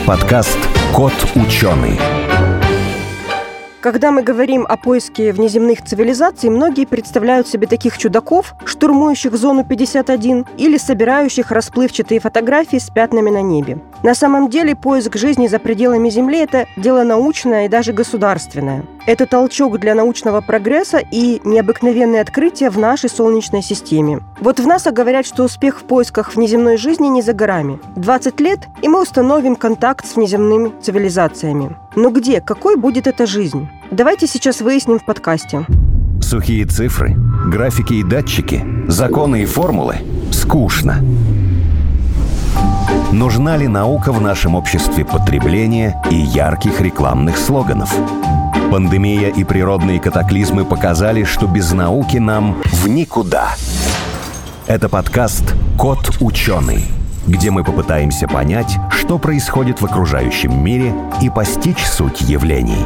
Подкаст «Кот ученый». Когда мы говорим о поиске внеземных цивилизаций, многие представляют себе таких чудаков, штурмующих зону 51 или собирающих расплывчатые фотографии с пятнами на небе. На самом деле поиск жизни за пределами Земли – это дело научное и даже государственное. Это толчок для научного прогресса и необыкновенные открытия в нашей Солнечной системе. Вот в НАСА говорят, что успех в поисках внеземной жизни не за горами. 20 лет, и мы установим контакт с внеземными цивилизациями. Но где, какой будет эта жизнь? Давайте сейчас выясним в подкасте. Сухие цифры, графики и датчики, законы и формулы – скучно. Нужна ли наука в нашем обществе потребления и ярких рекламных слоганов? Пандемия и природные катаклизмы показали, что без науки нам в никуда. Это подкаст «Кот ученый», где мы попытаемся понять, что происходит в окружающем мире и постичь суть явлений.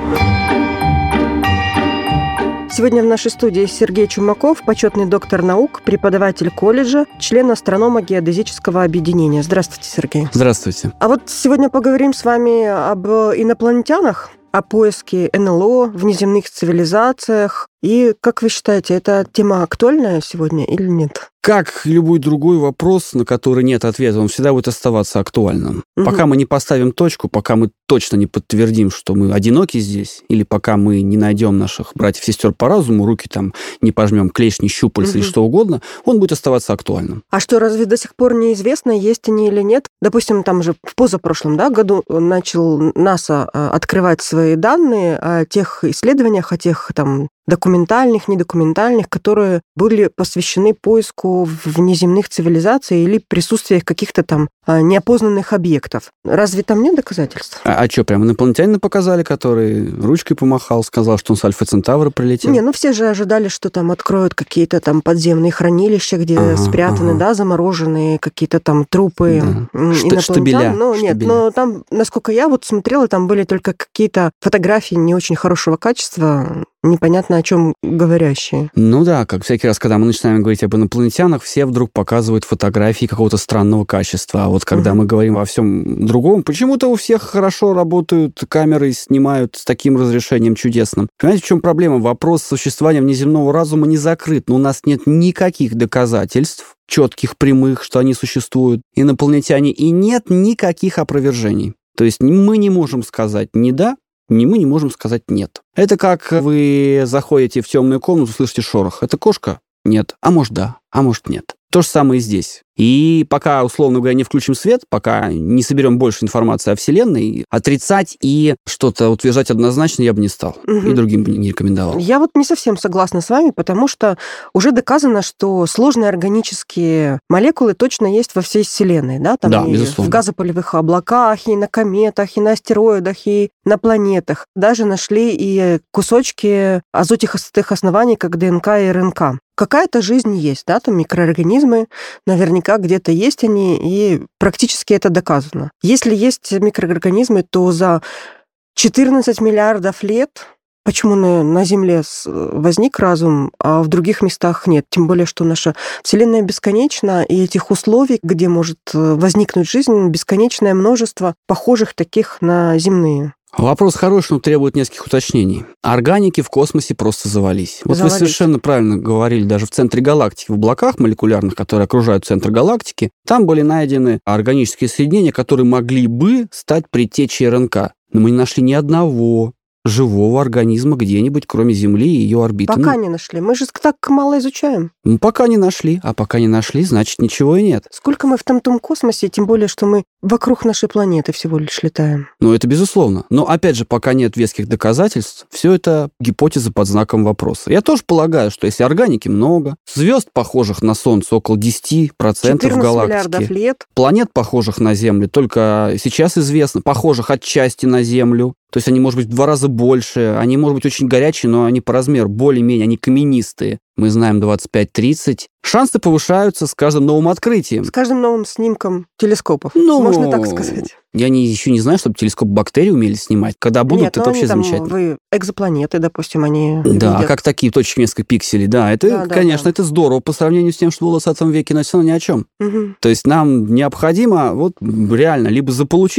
Сегодня в нашей студии Сергей Чумаков, почетный доктор наук, преподаватель колледжа, член астрономо-геодезического объединения. Здравствуйте, Сергей. Здравствуйте. А вот сегодня поговорим с вами об инопланетянах, о поиске НЛО, внеземных цивилизациях. И, как вы считаете, эта тема актуальная сегодня или нет? Как любой другой вопрос, на который нет ответа, он всегда будет оставаться актуальным. Пока мы не поставим точку, пока мы точно не подтвердим, что мы одиноки здесь, или пока мы не найдем наших братьев-сестер по разуму, руки там не пожмем, клешни, щупальца или что угодно, он будет оставаться актуальным. А что, разве до сих пор неизвестно, есть они или нет? Допустим, там же в позапрошлом году начал НАСА открывать свои данные о тех исследованиях, о тех там документальных, недокументальных, которые были посвящены поиску внеземных цивилизаций или присутствию каких-то там неопознанных объектов. Разве там нет доказательств? А что, прям инопланетянина показали, который ручкой помахал, сказал, что он с Альфа Центавра прилетел? Не, все же ожидали, что там откроют какие-то там подземные хранилища, где спрятаны, замороженные какие-то там трупы инопланетян. Штабеля. Но там, насколько я вот смотрела, там были только какие-то фотографии не очень хорошего качества, непонятно о чем говорящие. Ну да, как всякий раз, когда мы начинаем говорить об инопланетянах, все вдруг показывают фотографии какого-то странного качества. А вот когда мы говорим о всем другом, почему-то у всех хорошо работают камеры и снимают с таким разрешением чудесным. Понимаете, в чем проблема? Вопрос существования внеземного разума не закрыт, но у нас нет никаких доказательств, четких, прямых, что они существуют, инопланетяне, и нет никаких опровержений. То есть мы не можем сказать «не да», мы не можем сказать «нет». Это как вы заходите в темную комнату, слышите шорох. Это кошка? Нет. А может, да, а может, нет. То же самое и здесь. И пока, условно говоря, не включим свет, пока не соберем больше информации о Вселенной, отрицать и что-то утверждать однозначно я бы не стал. И другим бы не рекомендовал. Я вот не совсем согласна с вами, потому что уже доказано, что сложные органические молекулы точно есть во всей Вселенной. Да, там да, и безусловно. В газопылевых облаках, и на кометах, и на астероидах, и на планетах. Даже нашли и кусочки азотихостых оснований, как ДНК и РНК. Какая-то жизнь есть, да, там микроорганизмы, наверняка где-то есть они, и практически это доказано. Если есть микроорганизмы, то за 14 миллиардов лет почему на Земле возник разум, а в других местах нет? Тем более, что наша Вселенная бесконечна, и этих условий, где может возникнуть жизнь, бесконечное множество похожих таких на земные. Вопрос хороший, но требует нескольких уточнений. Органики в космосе просто завались. Вот вы совершенно правильно говорили, даже в центре галактики, в облаках молекулярных, которые окружают центр галактики, там были найдены органические соединения, которые могли бы стать предтечей РНК. Но мы не нашли ни одного живого организма где-нибудь, кроме Земли и ее орбиты. Пока не нашли. Мы же так мало изучаем. Пока не нашли. А пока не нашли, значит, ничего и нет. Сколько мы в том космосе, тем более, что мы вокруг нашей планеты всего лишь летаем. Ну, это безусловно. Но, опять же, пока нет веских доказательств, все это гипотеза под знаком вопроса. Я тоже полагаю, что если органики много, звезд, похожих на Солнце, около 10% в галактике, миллиардов лет, планет, похожих на Землю, только сейчас известно, похожих отчасти на Землю, то есть они, может быть, в 2 раза больше, они, может быть, очень горячие, но они по размеру более-менее, они каменистые. Мы знаем 25-30. Шансы повышаются с каждым новым открытием. С каждым новым снимком телескопов. Можно так сказать. Я еще не знаю, чтобы телескоп бактерий умели снимать. Когда будут, это вообще замечательно. Экзопланеты, допустим, они Да, видят. как такие точки несколько пикселей. Да, это, конечно, это здорово по сравнению с тем, что было в 20 веке, но все равно ни о чем. То есть нам необходимо вот реально либо заполучить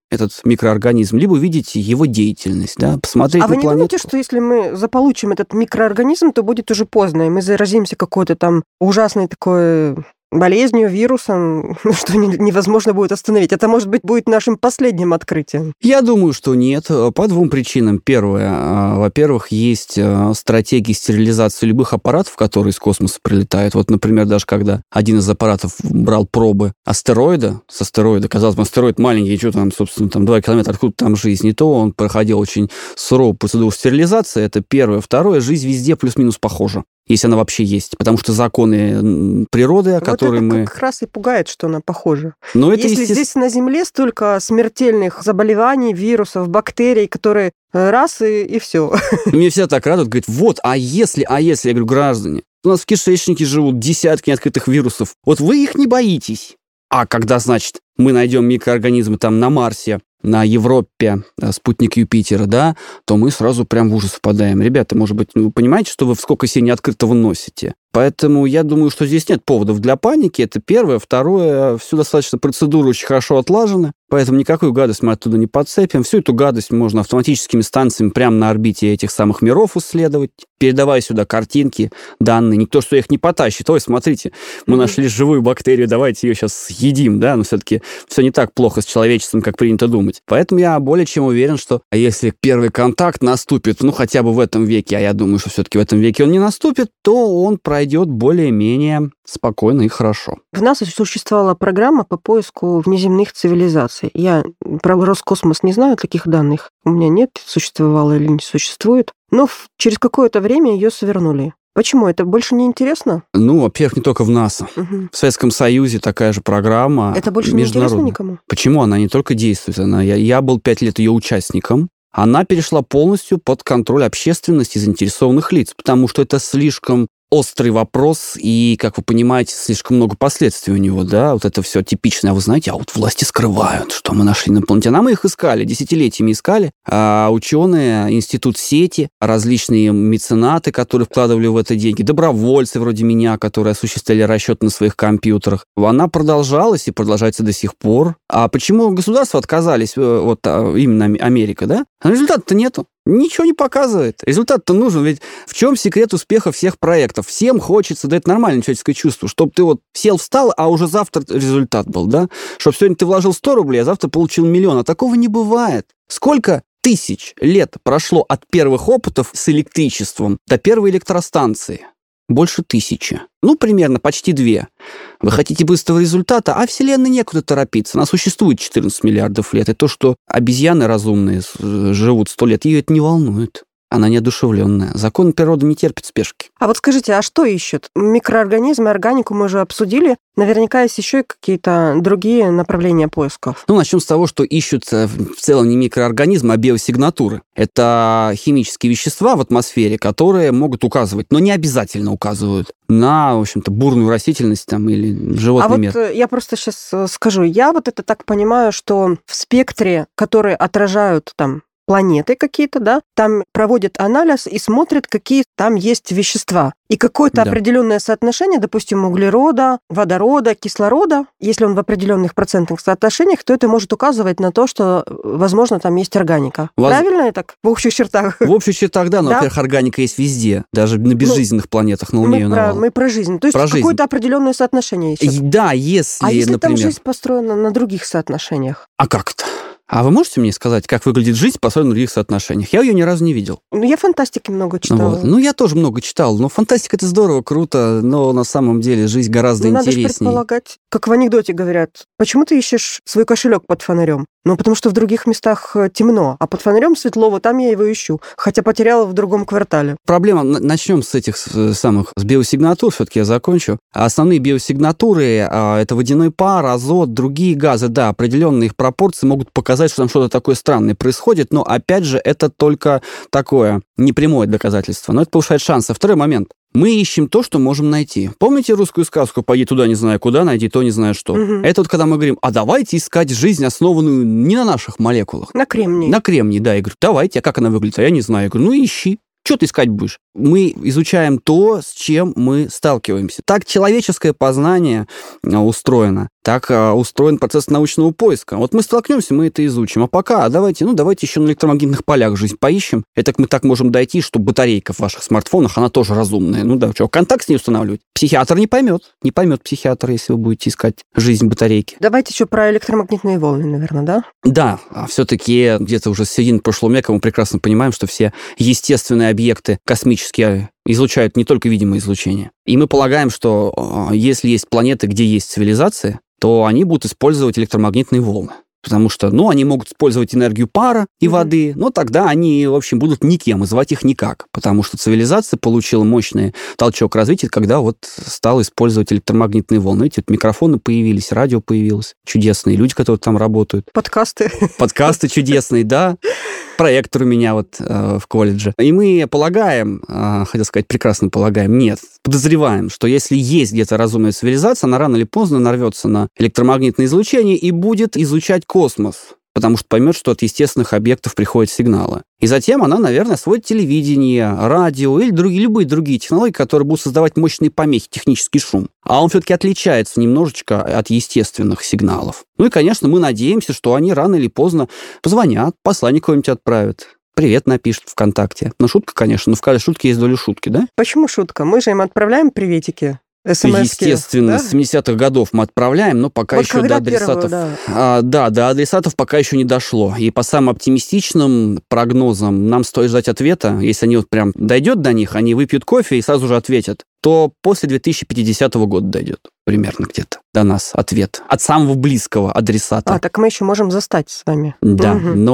этот микроорганизм, либо увидеть его деятельность, да, посмотреть на планету. А вы не планету. думаете, что если мы заполучим этот микроорганизм, то будет уже поздно, и мы заразимся какой-то там ужасной такой болезнью, вирусом, что невозможно будет остановить? Это, может быть, будет нашим последним открытием? Я думаю, что нет, по двум причинам. Первое, во-первых, есть стратегии стерилизации любых аппаратов, которые из космоса прилетают. Вот, например, даже когда один из аппаратов брал пробы с астероида, казалось бы, астероид маленький, что там, собственно, там 2 километра, откуда там жизнь, не то он проходил очень суровую процедуру стерилизации, это первое. Второе, жизнь везде плюс-минус похожа, если она вообще есть, потому что законы природы, о которой это мы... как раз и пугает, что она похожа. Но это если здесь на Земле столько смертельных заболеваний, вирусов, бактерий, которые раз и все. Мне все так радуют, говорят, вот, а если, я говорю, граждане, у нас в кишечнике живут десятки неоткрытых вирусов, вот вы их не боитесь. А когда, значит, мы найдем микроорганизмы там на Марсе, на Европе, спутник Юпитера, да, то мы сразу прям в ужас впадаем. Ребята, может быть, вы понимаете, что вы сколько себе неоткрытого носите? Поэтому я думаю, что здесь нет поводов для паники. Это первое. Второе, все достаточно процедуры очень хорошо отлажены, поэтому никакую гадость мы оттуда не подцепим. Всю эту гадость можно автоматическими станциями прямо на орбите этих самых миров исследовать, передавая сюда картинки, данные. Никто что их не потащит. Ой, смотрите, мы нашли живую бактерию, давайте ее сейчас съедим, да, но все-таки все не так плохо с человечеством, как принято думать. Поэтому я более чем уверен, что если первый контакт наступит, хотя бы в этом веке, а я думаю, что все-таки в этом веке он не наступит, то он пройдет более-менее спокойно и хорошо. В НАСА существовала программа по поиску внеземных цивилизаций. Я про Роскосмос не знаю таких данных. У меня нет, существовало или не существует. Но через какое-то время ее свернули. Почему? Это больше не интересно? Во-первых, не только в НАСА. В Советском Союзе такая же программа. Это больше не интересно никому? Почему? Она не только действует. Я был 5 лет ее участником. Она перешла полностью под контроль общественности и заинтересованных лиц, потому что это слишком острый вопрос, и, как вы понимаете, слишком много последствий у него, да, вот это все типичное. А вы знаете, вот власти скрывают, что мы нашли инопланетян. А мы их искали, десятилетиями искали. А ученые, институт сети, различные меценаты, которые вкладывали в это деньги, добровольцы вроде меня, которые осуществляли расчет на своих компьютерах. Она продолжалась и продолжается до сих пор. А почему государства отказались, именно Америка, да? А результата-то нету. Ничего не показывает. Результат-то нужен. Ведь в чем секрет успеха всех проектов? Всем хочется, да это нормальное человеческое чувство, чтобы ты сел, встал, а уже завтра результат был, да? Чтобы сегодня ты вложил 100 рублей, а завтра получил 1 000 000. А такого не бывает. Сколько тысяч лет прошло от первых опытов с электричеством до первой электростанции? Больше 1000. Примерно почти 2. Вы хотите быстрого результата, а Вселенной некуда торопиться. Она существует 14 миллиардов лет. И то, что обезьяны разумные живут 100 лет, ее это не волнует. Она неодушевленная. Закон природы не терпит спешки. А вот скажите, а что ищут? Микроорганизмы, органику мы уже обсудили. Наверняка есть еще какие-то другие направления поисков. Начнем с того, что ищут в целом не микроорганизмы, а биосигнатуры. Это химические вещества в атмосфере, которые могут указывать, но не обязательно указывают на, в общем-то, бурную растительность или животный мир. Я просто сейчас скажу. Я это так понимаю, что в спектре, который отражают планеты какие-то, да, там проводят анализ и смотрят, какие там есть вещества. И какое-то определенное соотношение, допустим, углерода, водорода, кислорода, если он в определенных процентных соотношениях, то это может указывать на то, что, возможно, там есть органика. Правильно я так? В общих чертах? В общих чертах, да, но, во-первых, органика есть везде, даже на безжизненных планетах, на Луне и на Валу. Мы про жизнь. То есть какое-то определенное соотношение есть. Да, если, например... А если например... там жизнь построена на других соотношениях? А как это? А вы можете мне сказать, как выглядит жизнь построена на других соотношениях? Я ее ни разу не видел. Я фантастики много читала. Я тоже много читал. Но фантастика — это здорово, круто, но на самом деле жизнь гораздо интереснее. Надо же предполагать, как в анекдоте говорят, почему ты ищешь свой кошелек под фонарем? Потому что в других местах темно, а под фонарем светло, там я его ищу, хотя потеряла в другом квартале. Проблема, начнем с этих самых, с биосигнатур, все-таки я закончу. Основные биосигнатуры — это водяной пар, азот, другие газы, да, определенные их пропорции могут показать, что там что-то такое странное происходит, но, опять же, это только такое непрямое доказательство, но это повышает шансы. Второй момент. Мы ищем то, что можем найти. Помните русскую сказку «Пойди туда, не знаю куда, найди то, не знаю что»? Это когда мы говорим, а давайте искать жизнь, основанную не на наших молекулах. На кремнии. На кремнии, да. Я говорю, давайте, а как она выглядит? А я не знаю. Я говорю, ищи. Что ты искать будешь? мы изучаем то, с чем мы сталкиваемся. Так человеческое познание устроено, так устроен процесс научного поиска. Вот мы столкнемся, мы это изучим. А пока давайте еще на электромагнитных полях жизнь поищем. Это мы так можем дойти, что батарейка в ваших смартфонах, она тоже разумная. Контакт с ней устанавливать. Психиатр не поймет психиатр, если вы будете искать жизнь батарейки. Давайте еще про электромагнитные волны, наверное, да? Да, все-таки где-то уже с середины прошлого века мы прекрасно понимаем, что все естественные объекты космические излучают не только видимое излучение. И мы полагаем, что если есть планеты, где есть цивилизация, то они будут использовать электромагнитные волны. Потому что, они могут использовать энергию пара и воды, но тогда они, в общем, будут никем, и звать их никак. Потому что цивилизация получила мощный толчок развития, когда стала использовать электромагнитные волны. Видите, микрофоны появились, радио появилось, чудесные люди, которые там работают. Подкасты чудесные, да. Проектор у меня в колледже. И мы полагаем, хотел сказать, прекрасно полагаем, нет, подозреваем, что если есть где-то разумная цивилизация, она рано или поздно нарвется на электромагнитное излучение и будет изучать космос, потому что поймет, что от естественных объектов приходят сигналы. И затем она, наверное, освоит телевидение, радио или любые другие технологии, которые будут создавать мощные помехи, технический шум. А он все-таки отличается немножечко от естественных сигналов. И, конечно, мы надеемся, что они рано или поздно позвонят, послание какое-нибудь отправят. Привет напишут ВКонтакте. Шутка, конечно, но в каждой шутке есть доля шутки, да? Почему шутка? Мы же им отправляем приветики. СМС-ки, естественно, да? с 70-х годов мы отправляем, но пока еще до адресатов... до адресатов пока еще не дошло. И по самым оптимистичным прогнозам нам стоит ждать ответа. Если они прям дойдет до них, они выпьют кофе и сразу же ответят, то после 2050 года дойдет примерно где-то до нас ответ. От самого близкого адресата. Так мы еще можем застать с вами. Да,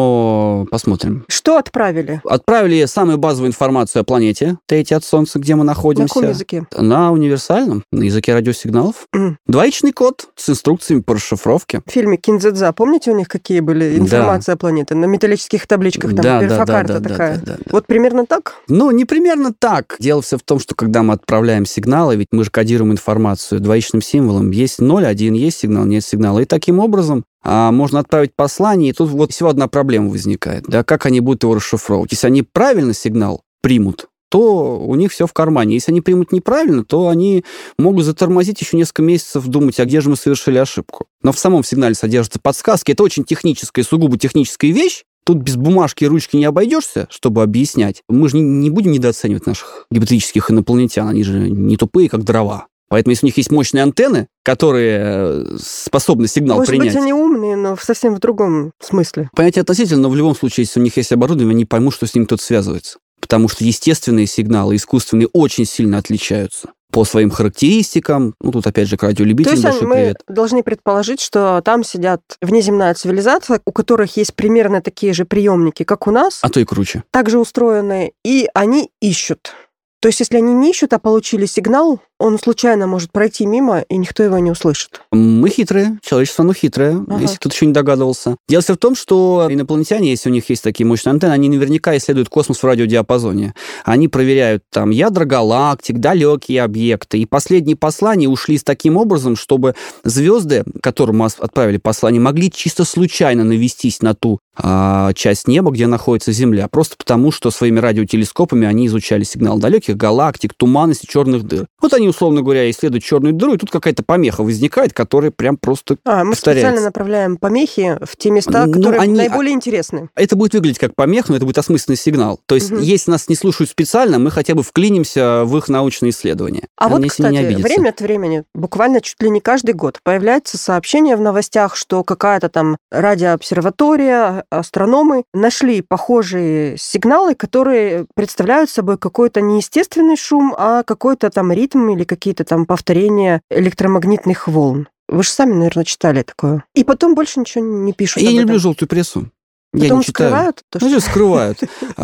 но посмотрим. Что отправили? Отправили самую базовую информацию о планете, третьей от Солнца, где мы находимся. На каком языке? На универсальном, на языке радиосигналов. Двоичный код с инструкциями по расшифровке. В фильме «Киндзадза», помните, у них какие были информации о планете? На металлических табличках, там перфокарта такая. Вот примерно так? Не примерно так. Дело все в том, что когда мы отправляем сигналы, ведь мы же кодируем информацию двоичным символом, есть 0, 1, есть сигнал, нет сигнала. И таким образом можно отправить послание, и тут всего одна проблема возникает. Да, как они будут его расшифровывать? Если они правильно сигнал примут, то у них все в кармане. Если они примут неправильно, то они могут затормозить еще несколько месяцев, думать, а где же мы совершили ошибку. Но в самом сигнале содержатся подсказки. Это очень техническая, сугубо техническая вещь. Тут без бумажки и ручки не обойдешься, чтобы объяснять. Мы же не будем недооценивать наших гипотетических инопланетян. Они же не тупые, как дрова. Поэтому, если у них есть мощные антенны, которые способны сигнал принять... Может быть, они умные, но совсем в другом смысле. Понятие относительно, но в любом случае, если у них есть оборудование, они поймут, что с ним кто-то связывается. Потому что естественные сигналы, искусственные, очень сильно отличаются по своим характеристикам. Тут, опять же, к радиолюбителям большой привет. Мы должны предположить, что там сидят внеземная цивилизация, у которых есть примерно такие же приемники, как у нас. А то и круче. Также устроенные. И они ищут. То есть, если они не ищут, а получили сигнал, он случайно может пройти мимо, и никто его не услышит. Мы хитрые, человечество, хитрое, если кто-то еще не догадывался. Дело в том, что инопланетяне, если у них есть такие мощные антенны, они наверняка исследуют космос в радиодиапазоне. Они проверяют там ядра галактик, далекие объекты. И последние послания ушли таким образом, чтобы звезды, которым мы отправили послание, могли чисто случайно навестись на ту часть неба, где находится Земля, просто потому, что своими радиотелескопами они изучали сигнал далеких галактик, туманности, черных дыр. Вот они, условно говоря, исследуют черную дыру, и тут какая-то помеха возникает, которая прям просто мы повторяется. Специально направляем помехи в те места, которые наиболее интересны. Это будет выглядеть как помеха, но это будет осмысленный сигнал. То есть, если нас не слушают специально, мы хотя бы вклинимся в их научные исследования. Кстати, время от времени, буквально чуть ли не каждый год, появляется сообщение в новостях, что какая-то там радиообсерватория, астрономы нашли похожие сигналы, которые представляют собой какой-то неестественный шум, а какой-то там ритм или какие-то там повторения электромагнитных волн. Вы же сами, наверное, читали такое. И потом больше ничего не пишут об этом. Я не люблю желтую прессу. Потом я не читаю. скрывают? Скрывают.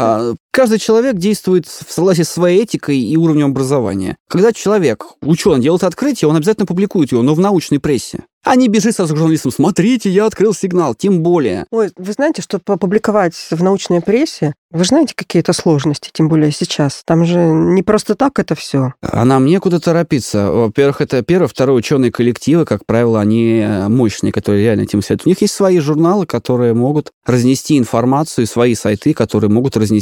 Каждый человек действует в согласии со своей этикой и уровнем образования. Когда человек, ученый, делает открытие, он обязательно публикует его, но в научной прессе. А не бежит сразу к журналистам: смотрите, я открыл сигнал, тем более. Ой, вы знаете, чтобы опубликовать в научной прессе, вы же знаете, какие это сложности, тем более сейчас. Там же не просто так это все. А нам некуда торопиться. Во-первых, это первое. Второе, ученые коллективы, как правило, они мощные, которые реально этим следуют. У них есть свои журналы, которые могут разнести информацию, свои сайты, которые могут разнести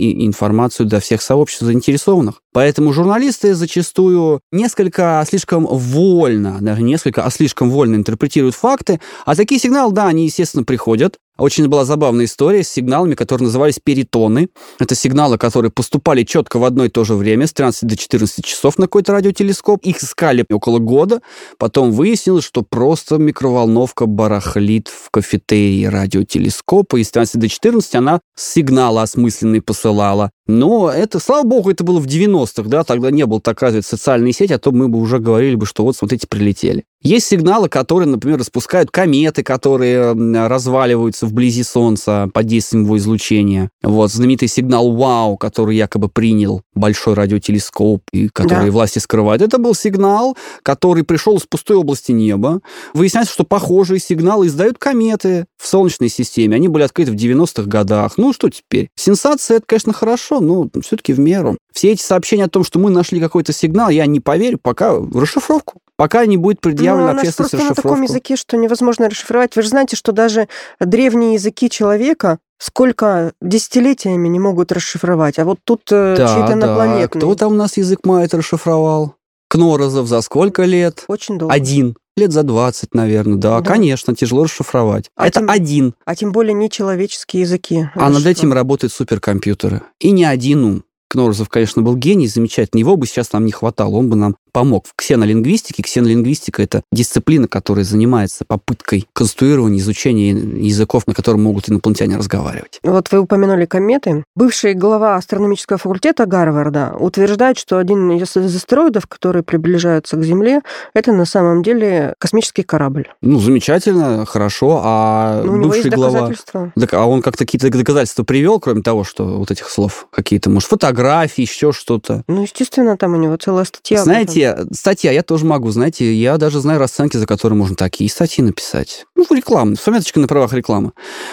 информацию для всех сообществ заинтересованных. Поэтому журналисты зачастую несколько слишком вольно, даже несколько, а слишком вольно интерпретируют факты, а такие сигналы, да, они, естественно, приходят. Очень была забавная история с сигналами, которые назывались перитоны. Это сигналы, которые поступали четко в одно и то же время, с 13 до 14 часов на какой-то радиотелескоп. Их искали около года. Потом выяснилось, что просто микроволновка барахлит в кафетерии радиотелескопа, и с 13 до 14 она сигналы осмысленные посылала. Но это, слава богу, это было в 90-х, да, тогда не был так развит социальные сети, а то мы бы уже говорили бы, что вот, смотрите, прилетели. Есть сигналы, которые, например, распускают кометы, которые разваливаются вблизи Солнца под действием его излучения. Вот, знаменитый сигнал «Вау», который якобы принял большой радиотелескоп, и который власти скрывают. Это был сигнал, который пришел из пустой области неба. Выясняется, что похожие сигналы издают кометы в Солнечной системе. Они были открыты в 90-х годах. Ну, что теперь? Сенсация, это, конечно, хорошо, но все-таки в меру. Все эти сообщения о том, что мы нашли какой-то сигнал, я не поверю, пока в расшифровку. Пока не будет предъявлена общественность расшифровку. На таком языке, что невозможно расшифровать. Вы же знаете, что даже древние языки человека сколько десятилетиями не могут расшифровать. А вот тут чей-то инопланетный. Кто там у нас язык майя расшифровал? Кнорозов за сколько лет? Очень долго. Один. Лет за 20, наверное. Да, конечно, тяжело расшифровать. Это один. А тем более нечеловеческие языки. А над этим работают суперкомпьютеры. И не один ум. Кнорозов, конечно, был гений, замечательный. Его бы сейчас нам не хватало, он бы нам помог в ксенолингвистике. Ксенолингвистика — это дисциплина, которая занимается попыткой конструирования, изучения языков, на которых могут инопланетяне разговаривать. Вот вы упомянули кометы. Бывший глава астрономического факультета Гарварда утверждает, что один из астероидов, которые приближаются к Земле, это на самом деле космический корабль. Ну, замечательно, хорошо. А у него есть доказательства. Так, а он как-то какие-то доказательства привел, кроме того, что вот этих слов? Какие-то, может, фотографии, еще что-то? Ну, естественно, там у него целая статья. Знаете, статья я тоже могу, знаете, я даже знаю расценки, за которые можно такие статьи написать. Ну, рекламу, с пометочкой на правах рекламы.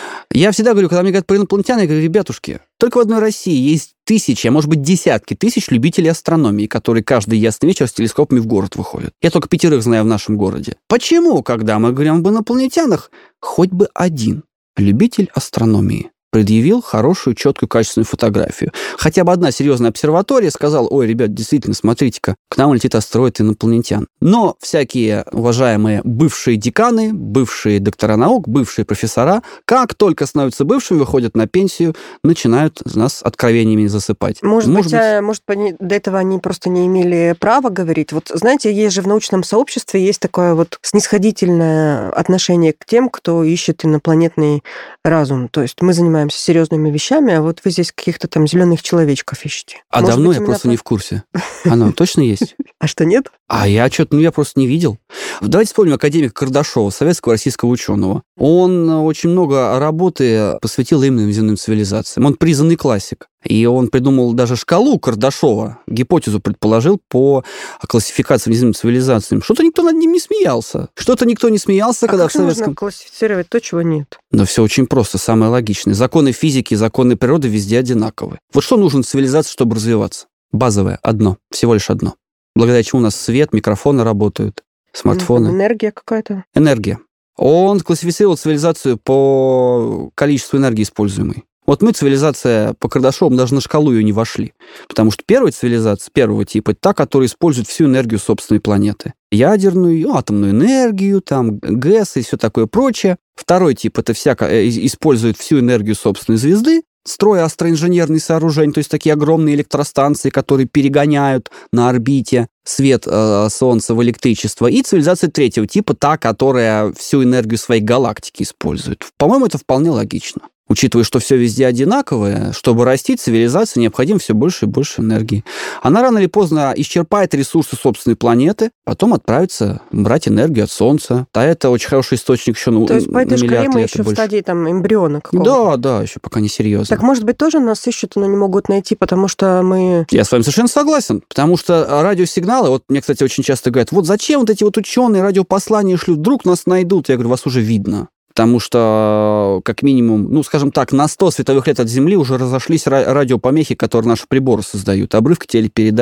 Я всегда говорю, когда мне говорят про инопланетян, я говорю, ребятушки, только в одной России есть тысячи, а может быть десятки тысяч любителей астрономии, которые каждый ясный вечер с телескопами в город выходят. Я только 5 знаю в нашем городе. Почему, когда мы говорим об инопланетянах, хоть бы один любитель астрономии предъявил хорошую, четкую, качественную фотографию. Хотя бы одна серьезная обсерватория сказала: ой, ребят, действительно, смотрите-ка, к нам летит астероид инопланетян. Но всякие уважаемые бывшие деканы, бывшие доктора наук, бывшие профессора, как только становятся бывшими, выходят на пенсию, начинают нас откровениями засыпать. Может быть, до этого они просто не имели права говорить. Вот, знаете, есть же в научном сообществе есть такое вот снисходительное отношение к тем, кто ищет инопланетный разум. То есть мы занимаемся серьезными вещами, а вот вы здесь каких-то там зеленых человечков ищете. А может давно быть, я просто не в курсе. Оно точно есть? А что, нет? А я что-то, я просто не видел. Давайте вспомним академика Кардашова, советского российского ученого. Он очень много работы посвятил именно земным цивилизациям. Он признанный классик. И он придумал даже шкалу Кардашова, гипотезу предположил по классификации неземным цивилизациям. Что-то никто над ним не смеялся. Что-то никто не смеялся, когда как в советском... можно классифицировать то, чего нет? Да все очень просто, самое логичное. Законы физики, законы природы везде одинаковые. Вот что нужно цивилизации, чтобы развиваться? Базовое, одно, всего лишь одно. Благодаря чему у нас свет, микрофоны работают, смартфоны. Энергия какая-то? Энергия. Он классифицировал цивилизацию по количеству энергии используемой. Вот мы, цивилизация по Кардашову, даже на шкалу ее не вошли. Потому что первая цивилизация, первого типа, это та, которая использует всю энергию собственной планеты. Ядерную, атомную энергию, там, ГЭС и все такое прочее. Второй тип, это использует всю энергию собственной звезды, строя астроинженерные сооружения, то есть такие огромные электростанции, которые перегоняют на орбите свет Солнца в электричество. И цивилизация третьего типа, та, которая всю энергию своей галактики использует. По-моему, это вполне логично. Учитывая, что все везде одинаковое, чтобы расти, цивилизации необходимо все больше и больше энергии. Она рано или поздно исчерпает ресурсы собственной планеты, потом отправится брать энергию от Солнца. А это очень хороший источник еще на миллиард лет. То есть по этой шкале мы еще в стадии эмбриона какого-то? Да, еще пока не серьезно. Так, может быть, тоже нас ищут, но не могут найти, потому что мы... Я с вами совершенно согласен, потому что радиосигналы, вот мне, кстати, очень часто говорят, вот зачем вот эти вот ученые радиопослания шлют, вдруг нас найдут? Я говорю, вас уже видно. Потому что, как минимум, скажем так, на 100 световых лет от Земли уже разошлись радиопомехи, которые наши приборы создают. Обрывки телепередач,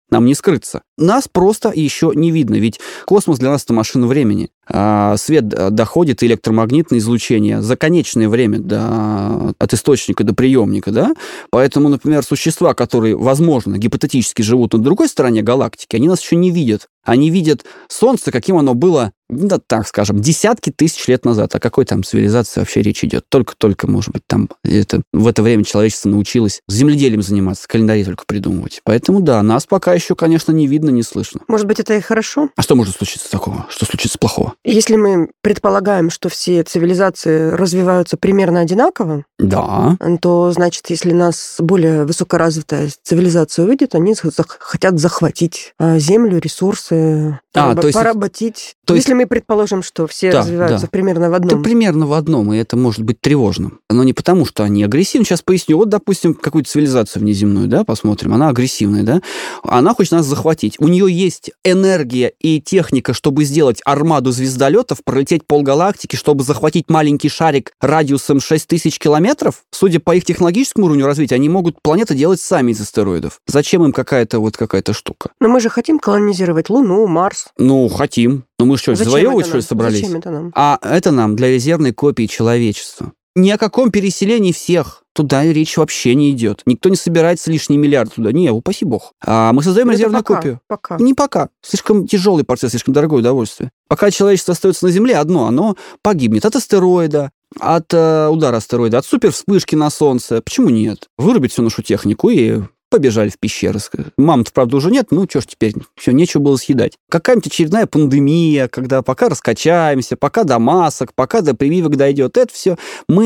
нам не скрыться. Нас просто еще не видно, ведь космос для нас — это машина времени. Свет доходит, электромагнитное излучение за конечное время от источника до приемника, да? Поэтому, например, существа, которые, возможно, гипотетически живут на другой стороне галактики, они нас еще не видят. Они видят Солнце, каким оно было, да, так скажем, десятки тысяч лет назад. О какой там цивилизации вообще речь идет? Только, может быть, там в это время человечество научилось земледелием заниматься, календари только придумывать. Поэтому, да, нас пока еще, конечно, не видно, не слышно. Может быть, это и хорошо? А что может случиться такого? Что случится плохого? Если мы предполагаем, что все цивилизации развиваются примерно одинаково, да, то, значит, если нас более высокоразвитая цивилизация увидит, они хотят захватить Землю, ресурсы, поработить. Если мы предположим, что все развиваются примерно в одном. Да, примерно в одном, и это может быть тревожным. Но не потому, что они агрессивны. Сейчас поясню. Вот, допустим, какую-то цивилизацию внеземную, да, посмотрим. Она агрессивная, да? Она хочет нас захватить. У нее есть энергия и техника, чтобы сделать армаду звездолетов, пролететь полгалактики, чтобы захватить маленький шарик радиусом 6000 километров. Судя по их технологическому уровню развития, они могут планеты делать сами из астероидов. Зачем им какая-то штука? Но мы же хотим колонизировать Луну, Марс. Ну, хотим. Но мы что, завоевывать, что ли, собрались? Зачем это нам? А это нам для резервной копии человечества. Ни о каком переселении всех туда речь вообще не идет. Никто не собирается лишний миллиард туда. Не, упаси бог. А мы создаем резервную копию. Пока. Не пока. Слишком тяжелый процесс, слишком дорогое удовольствие. Пока человечество остается на Земле, оно погибнет от астероида, от удара астероида, от супервспышки на Солнце. Почему нет? Вырубить всю нашу технику и побежали в пещеры. Мам-то, правда, уже нет, ну, что ж теперь, все, нечего было съедать. Какая-нибудь очередная пандемия, когда пока раскачаемся, пока до масок, пока до прививок дойдет, это все.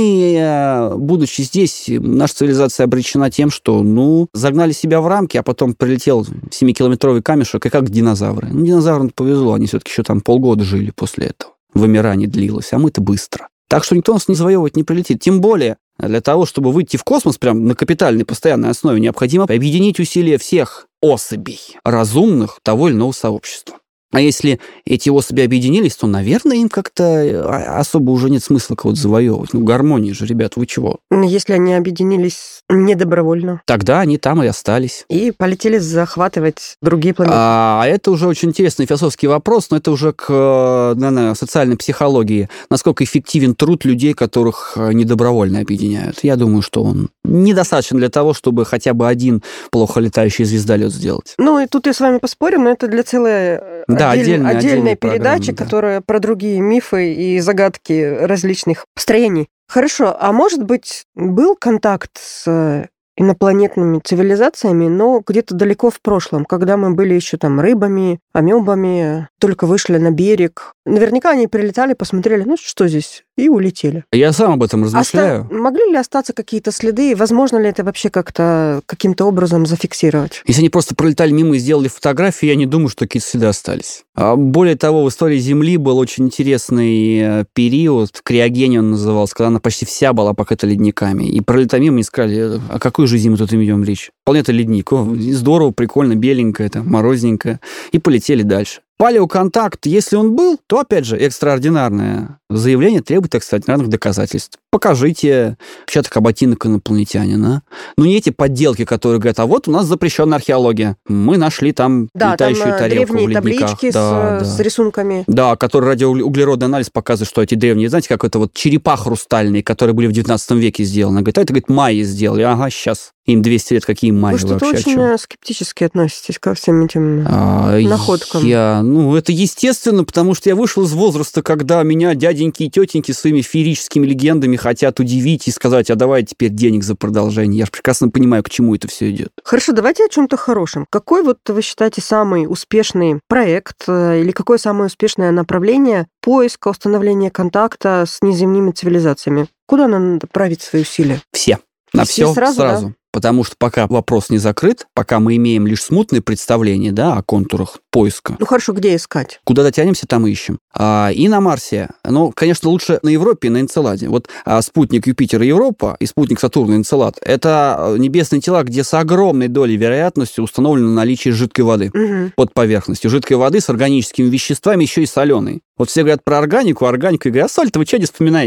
Мы, будучи здесь, наша цивилизация обречена тем, что, загнали себя в рамки, а потом прилетел 7-километровый камешек, и как динозавры. Динозаврам повезло, они все-таки еще там полгода жили после этого. Вымирание длилось, а мы-то быстро. Так что никто нас не завоевывать не прилетит. Тем более, для того, чтобы выйти в космос прям на капитальной постоянной основе, необходимо объединить усилия всех особей, разумных того или иного сообщества. А если эти особи объединились, то, наверное, им как-то особо уже нет смысла кого-то завоевывать. Гармония же, ребят, вы чего? Если они объединились недобровольно. Тогда они там и остались. И полетели захватывать другие планеты. А это уже очень интересный философский вопрос, но это уже к социальной психологии. Насколько эффективен труд людей, которых недобровольно объединяют. Я думаю, что он недостаточен для того, чтобы хотя бы один плохо летающий звездолет сделать. И тут я с вами поспорю, но это для целой... отдельная передача, которая про другие мифы и загадки различных строений. Хорошо, а может быть, был контакт с инопланетными цивилизациями, но где-то далеко в прошлом, когда мы были еще там рыбами, амебами, только вышли на берег. Наверняка они прилетали, посмотрели, что здесь, и улетели. Я сам об этом размышляю. Могли ли остаться какие-то следы, и возможно ли это вообще каким-то образом зафиксировать? Если они просто пролетали мимо и сделали фотографии, я не думаю, что какие-то следы остались. Более того, в истории Земли был очень интересный период, криогений он назывался, когда она почти вся была покрыта ледниками. И пролетая мимо, они сказали, о какой же зиме тут имеем речь? Планета ледник. Здорово, прикольно, беленькая, морозненькая. И полетели дальше. Палеоконтакт, если он был, то, опять же, экстраординарное заявление требует экстраординарных доказательств. Покажите отпечаток ботинок инопланетянина. Не эти подделки, которые говорят, а вот у нас запрещенная археология. Мы нашли там летающую тарелку в ледниках. Древние таблички с рисунками. Да, которые радиоуглеродный анализ показывает, что эти древние, знаете, как это черепа хрустальные, которые были в 19 веке сделаны. Говорит, это, майя сделали. Ага, сейчас. Им 200 лет, какие майя вообще? Вы что-то очень скептически относитесь ко всем этим находкам. Это естественно, потому что я вышел из возраста, когда меня дяденьки и тетеньки своими феерическими легендами хотят удивить и сказать, а давай теперь денег за продолжение. Я же прекрасно понимаю, к чему это все идет. Хорошо, давайте о чем-то хорошем. Какой вы считаете самый успешный проект или какое самое успешное направление поиска, установления контакта с неземными цивилизациями? Куда нам надо направить свои усилия? Все. На все сразу. Да? Потому что пока вопрос не закрыт, пока мы имеем лишь смутные представления, о контурах поиска. Хорошо, где искать? Куда дотянемся, там и ищем. И на Марсе. Конечно, лучше на Европе и на Энцеладе. Спутник Юпитера Европа и спутник Сатурна Энцелад — это небесные тела, где с огромной долей вероятности установлено наличие жидкой воды под поверхностью. Жидкой воды с органическими веществами, еще и соленой. Все говорят про органику, и говорят, соль-то вы что не вспоминаете?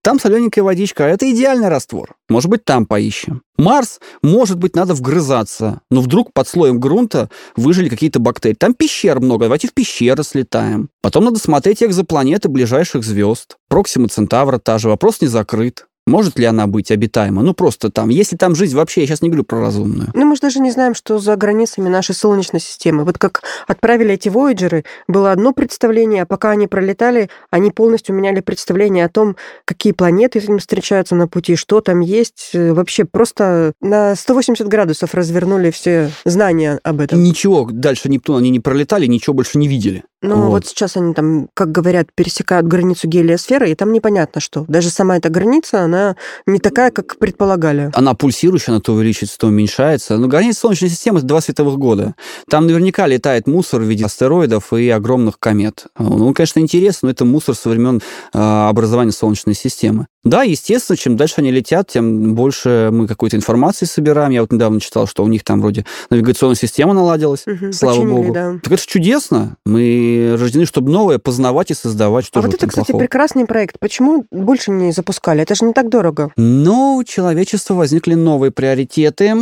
там солененькая водичка, а это идеальный раствор. Может быть, там поищем. Марс, может быть, надо вгрызаться, но вдруг под слоем грунта выжили какие-то бактерии. Там пещер много, давайте в пещеры слетаем. Потом надо смотреть экзопланеты ближайших звезд. Проксима Центавра та же, вопрос не закрыт. Может ли она быть обитаема? Ну, просто там, если там жизнь вообще, я сейчас не говорю про разумную. Ну, мы же даже не знаем, что за границами нашей Солнечной системы. Вот как отправили эти Voyager'ы, было одно представление, а пока они пролетали, они полностью меняли представление о том, какие планеты им встречаются на пути, что там есть. Вообще просто на 180 градусов развернули все знания об этом. Ничего дальше Нептуна они не пролетали, ничего больше не видели. Ну, вот сейчас они там, как говорят, пересекают границу гелиосферы, и там непонятно что. Даже сама эта граница, она не такая, как предполагали. Она пульсирующая, она то увеличивается, то уменьшается. Но граница Солнечной системы — это 2 световых года. Там наверняка летает мусор в виде астероидов и огромных комет. Ну, конечно, интересно, но это мусор со времен образования Солнечной системы. Да, естественно, чем дальше они летят, тем больше мы какой-то информации собираем. Я вот недавно читал, что у них там вроде навигационная система наладилась, слава богу. Да. Так это же чудесно. Мы рождены, чтобы новое познавать и создавать. Что вот это, кстати, плохого? Прекрасный проект. Почему больше не запускали? Это же не так дорого. Ну, у человечества возникли новые приоритеты,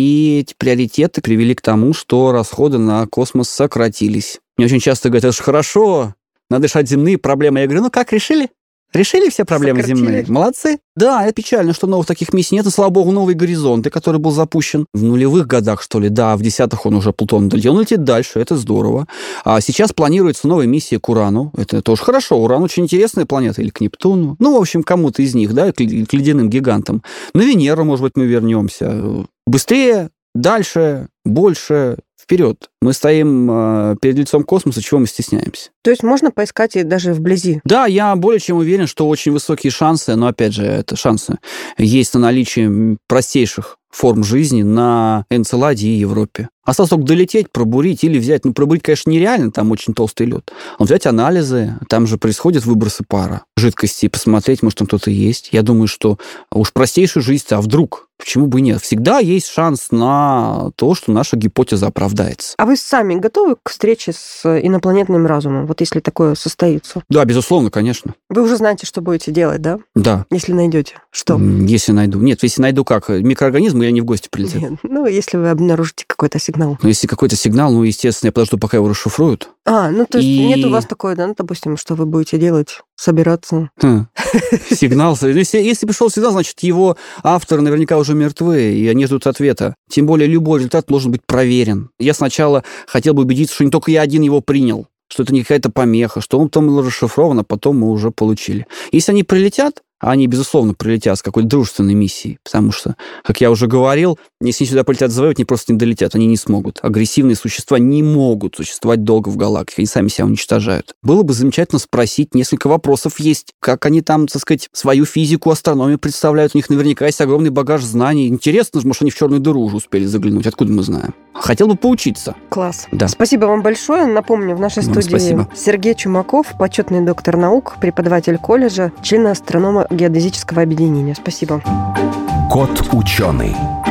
и эти приоритеты привели к тому, что расходы на космос сократились. Мне очень часто говорят, это же хорошо, надо решать земные проблемы. Я говорю, ну как, решили? Решили все проблемы земные? Молодцы. Да, это печально, что новых таких миссий нет. И, слава богу, новые горизонты, который был запущен в нулевых годах, что ли. Да, в 10-х он уже Плутон долетел. Он летит дальше, это здорово. А сейчас планируется новая миссия к Урану. Это тоже хорошо. Уран очень интересная планета. Или к Нептуну. Ну, в общем, кому-то из них, да, к ледяным гигантам. На Венеру, может быть, мы вернемся. Быстрее, дальше, больше, вперед. Мы стоим перед лицом космоса, чего мы стесняемся. То есть можно поискать и даже вблизи? Да, я более чем уверен, что очень высокие шансы, но опять же, это шансы, есть на наличие простейших форм жизни на Энцеладе и Европе. Осталось только долететь, пробурить или взять. Ну, пробурить, конечно, нереально, там очень толстый лед. Но взять анализы, там же происходят выбросы пара, жидкости, посмотреть, может, там кто-то есть. Я думаю, что уж простейшую жизнь, а вдруг? Почему бы и нет? Всегда есть шанс на то, что наша гипотеза оправдается. А вы сами готовы к встрече с инопланетным разумом, вот если такое состоится? Да, безусловно, конечно. Вы уже знаете, что будете делать, да? Да. Если найдете. Что? Если найду. Нет, если найду как? Микроорганизм, или они в гости прилетят? Нет. Ну, если вы обнаружите какой-то сигнал. Ну, если какой-то сигнал, ну, естественно, я подожду, пока его расшифруют. Ну, то есть нет у вас такой, да, допустим, что вы будете делать? Собираться? Сигнал. Если пришел сигнал, значит, его авторы наверняка уже мертвы, и они ждут ответа. Тем более, любой результат должен быть проверен. Я сначала хотел бы убедиться, что не только я один его принял, что это не какая-то помеха, что он там был расшифрован, а потом мы уже получили. Если они прилетят, а они, безусловно, прилетят с какой-то дружественной миссией, потому что, как я уже говорил, если они сюда полетят завоевать, они просто не долетят, они не смогут. Агрессивные существа не могут существовать долго в галактике, они сами себя уничтожают. Было бы замечательно спросить, несколько вопросов есть, как они там, так сказать, свою физику, астрономию представляют, у них наверняка есть огромный багаж знаний. Интересно, может, они в черную дыру уже успели заглянуть, откуда мы знаем. Хотел бы поучиться. Класс. Да. Спасибо вам большое. Напомню, в нашей студии спасибо. Сергей Чумаков, почетный доктор наук, преподаватель колледжа, член астронома геодезического объединения. Спасибо. Кот ученый.